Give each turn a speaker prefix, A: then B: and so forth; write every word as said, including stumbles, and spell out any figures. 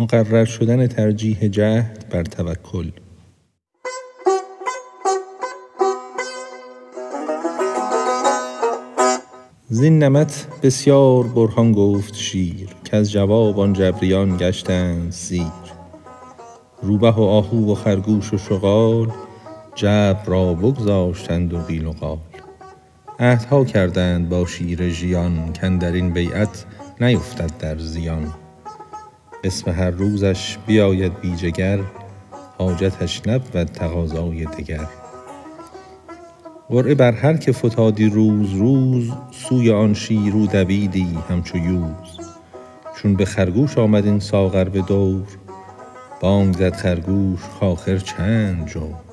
A: مقرر شدن ترجیح جهد بر توکل. زین نمط بسیار برهان گفت شیر، که از جواب آن جبریان گشتند سیر. روبه و آهو و خرگوش و شغال، جبر را بگذاشتند و قیل و قال. عهدها کردند با شیر ژیان، کاندر این بیعت نیفتد در زیان. قسم هر روزش بیاید بی جگر، حاجتش نبود تقاضای دگر. قرعه بر هر که فتادی روز روز، سوی آن شیر او دویدی همچو یوز. چون به خرگوش آمد این ساغر به دور، بانگ زد خرگوش کآخر چند جور.